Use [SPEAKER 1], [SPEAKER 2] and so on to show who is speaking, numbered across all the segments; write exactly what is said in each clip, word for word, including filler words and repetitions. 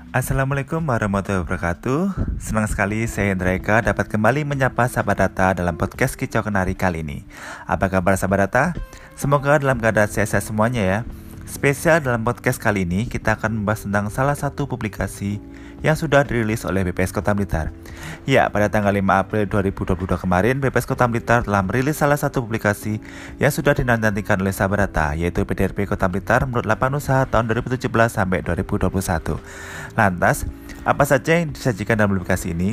[SPEAKER 1] Assalamualaikum warahmatullahi wabarakatuh. Senang sekali saya Hendra Eka dapat kembali menyapa sahabat data dalam podcast Kicau Kenari kali ini. Apa kabar sahabat data? Semoga dalam keadaan sehat semuanya ya. Spesial dalam podcast kali ini kita akan membahas tentang salah satu publikasi yang sudah dirilis oleh B P S Kota Blitar. Ya, pada tanggal lima April dua ribu dua puluh dua kemarin, B P S Kota Blitar telah merilis salah satu publikasi yang sudah dinantikan oleh sahabat data, yaitu P D R B Kota Blitar menurut lapangan usaha tahun dua ribu tujuh belas sampai dua ribu dua puluh satu. Lantas, apa saja yang disajikan dalam publikasi ini?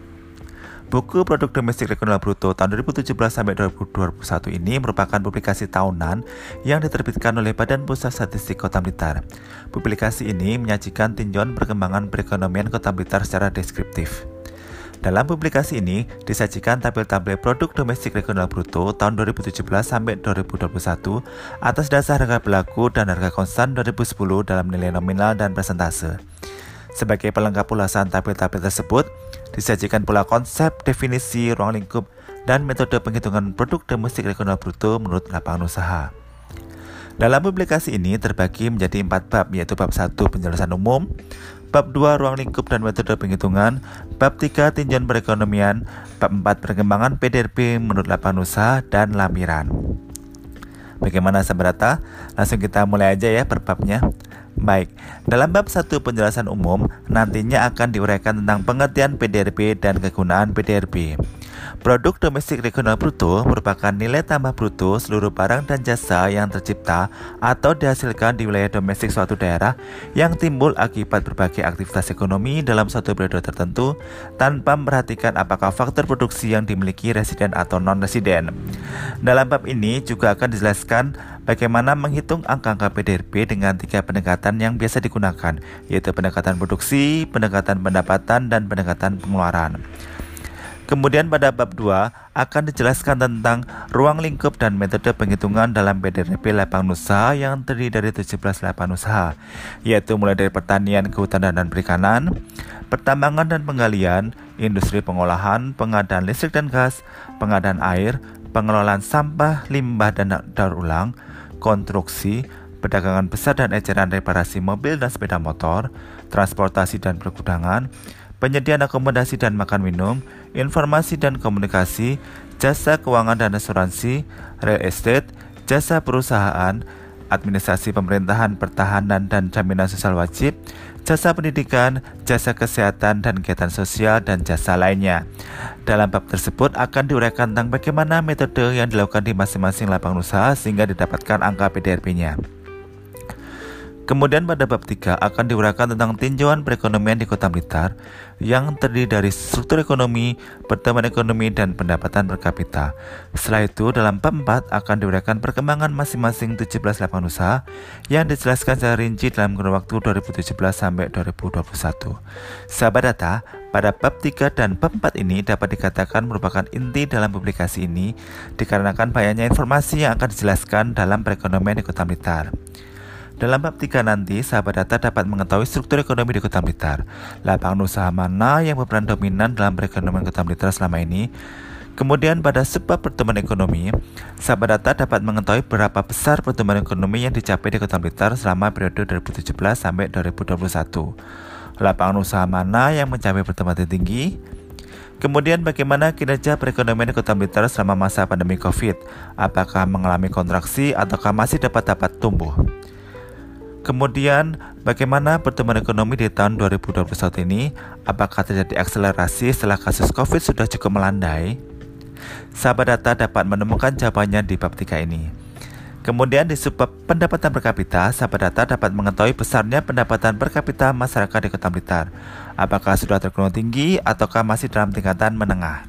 [SPEAKER 1] Buku Produk Domestik Regional Bruto tahun dua ribu tujuh belas sampai dua ribu dua puluh satu ini merupakan publikasi tahunan yang diterbitkan oleh Badan Pusat Statistik Kota Blitar. Publikasi ini menyajikan tinjauan perkembangan perekonomian Kota Blitar secara deskriptif. Dalam publikasi ini disajikan tabel-tabel Produk Domestik Regional Bruto tahun dua ribu tujuh belas sampai dua ribu dua puluh satu atas dasar harga berlaku dan harga konstan dua ribu sepuluh dalam nilai nominal dan persentase. Sebagai pelengkap ulasan tabel-tabel tersebut, disajikan pula konsep, definisi, ruang lingkup, dan metode penghitungan produk domestik regional bruto menurut lapangan usaha. Dalam publikasi ini terbagi menjadi empat bab, yaitu bab satu penjelasan umum, bab dua ruang lingkup dan metode penghitungan, bab tiga tinjauan perekonomian, bab empat perkembangan P D R B menurut lapangan usaha, dan lampiran. Bagaimana sahabat data? Langsung kita mulai aja ya per babnya. Baik, dalam bab satu penjelasan umum nantinya akan diuraikan tentang pengertian P D R B dan kegunaan P D R B. Produk domestik regional bruto merupakan nilai tambah bruto seluruh barang dan jasa yang tercipta atau dihasilkan di wilayah domestik suatu daerah yang timbul akibat berbagai aktivitas ekonomi dalam suatu periode tertentu tanpa memperhatikan apakah faktor produksi yang dimiliki residen atau non-residen. Dalam bab ini juga akan dijelaskan bagaimana menghitung angka-angka P D R B dengan tiga pendekatan yang biasa digunakan, yaitu pendekatan produksi, pendekatan pendapatan, dan pendekatan pengeluaran. Kemudian pada bab dua akan dijelaskan tentang ruang lingkup dan metode penghitungan dalam P D R B lapangan usaha yang terdiri dari tujuh belas lapangan usaha, yaitu mulai dari pertanian, kehutanan dan perikanan, pertambangan dan penggalian, industri pengolahan, pengadaan listrik dan gas, pengadaan air, pengelolaan sampah, limbah dan daur ulang, konstruksi, perdagangan besar dan eceran reparasi mobil dan sepeda motor, transportasi dan pergudangan, penyediaan akomodasi dan makan minum, informasi dan komunikasi, jasa keuangan dan asuransi, real estate, jasa perusahaan, administrasi pemerintahan, pertahanan dan jaminan sosial wajib, jasa pendidikan, jasa kesehatan dan kegiatan sosial, dan jasa lainnya. Dalam bab tersebut akan diuraikan tentang bagaimana metode yang dilakukan di masing-masing lapangan usaha sehingga didapatkan angka P D R B-nya. Kemudian pada bab tiga akan diuraikan tentang tinjauan perekonomian di Kota Blitar yang terdiri dari struktur ekonomi, pertumbuhan ekonomi, dan pendapatan per kapita. Setelah itu dalam bab empat akan diuraikan perkembangan masing-masing tujuh belas lapangan usaha yang dijelaskan secara rinci dalam kurun waktu dua ribu tujuh belas sampai dua ribu dua puluh satu. Sahabat data, pada bab tiga dan bab empat ini dapat dikatakan merupakan inti dalam publikasi ini dikarenakan banyaknya informasi yang akan dijelaskan dalam perekonomian di Kota Blitar. Dalam bab tiga nanti, sahabat data dapat mengetahui struktur ekonomi di Kota Blitar, lapangan usaha mana yang berperan dominan dalam perekonomian Kota Blitar selama ini. Kemudian pada subbab pertumbuhan ekonomi, sahabat data dapat mengetahui berapa besar pertumbuhan ekonomi yang dicapai di Kota Blitar selama periode dua ribu tujuh belas sampai dua ribu dua puluh satu. Lapangan usaha mana yang mencapai pertumbuhan tinggi? Kemudian bagaimana kinerja perekonomian di Kota Blitar selama masa pandemi Covid? Apakah mengalami kontraksi ataukah masih dapat dapat tumbuh? Kemudian, bagaimana pertumbuhan ekonomi di tahun dua ribu dua puluh satu ini? Apakah terjadi akselerasi setelah kasus Covid sudah cukup melandai? Sahabat data dapat menemukan jawabannya di bab tiga ini. Kemudian di subbab pendapatan per kapita, sahabat data dapat mengetahui besarnya pendapatan per kapita masyarakat di Kota Blitar. Apakah sudah tergolong tinggi ataukah masih dalam tingkatan menengah?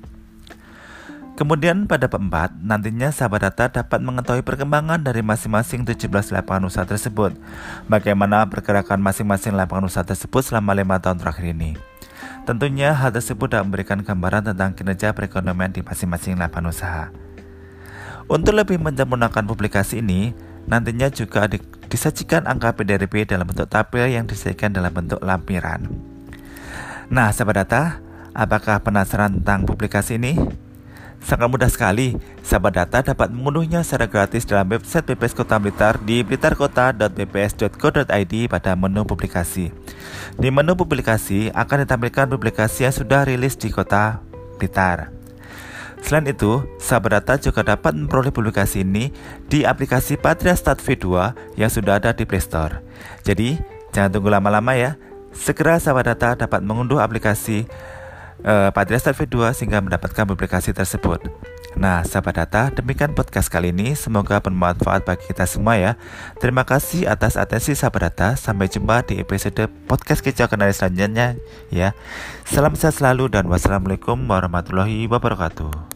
[SPEAKER 1] Kemudian pada bab empat, nantinya sahabat data dapat mengetahui perkembangan dari masing-masing tujuh belas lapangan usaha tersebut. Bagaimana pergerakan masing-masing lapangan usaha tersebut selama lima tahun terakhir ini. Tentunya hal tersebut dapat memberikan gambaran tentang kinerja perekonomian di masing-masing lapangan usaha. Untuk lebih menyempurnakan publikasi ini, nantinya juga di- disajikan angka P D R B dalam bentuk tabel yang disajikan dalam bentuk lampiran. Nah sahabat data, apakah penasaran tentang publikasi ini? Sangat mudah sekali, sahabat data dapat mengunduhnya secara gratis dalam website B P S Kota Blitar di blitarkota dot b p s dot go dot i d pada menu publikasi. Di menu publikasi akan ditampilkan publikasi yang sudah rilis di Kota Blitar. Selain itu, sahabat data juga dapat memperoleh publikasi ini di aplikasi Patria Start V dua yang sudah ada di Play Store. Jadi, jangan tunggu lama-lama ya. Segera sahabat data dapat mengunduh aplikasi Uh, Patria Start V dua sehingga mendapatkan publikasi tersebut. Nah, sahabat data, demikian podcast kali ini. Semoga bermanfaat bagi kita semua ya. Terima kasih atas atensi sahabat data. Sampai jumpa di episode podcast Kicau Kenari selanjutnya ya. Salam sehat selalu dan wassalamualaikum warahmatullahi wabarakatuh.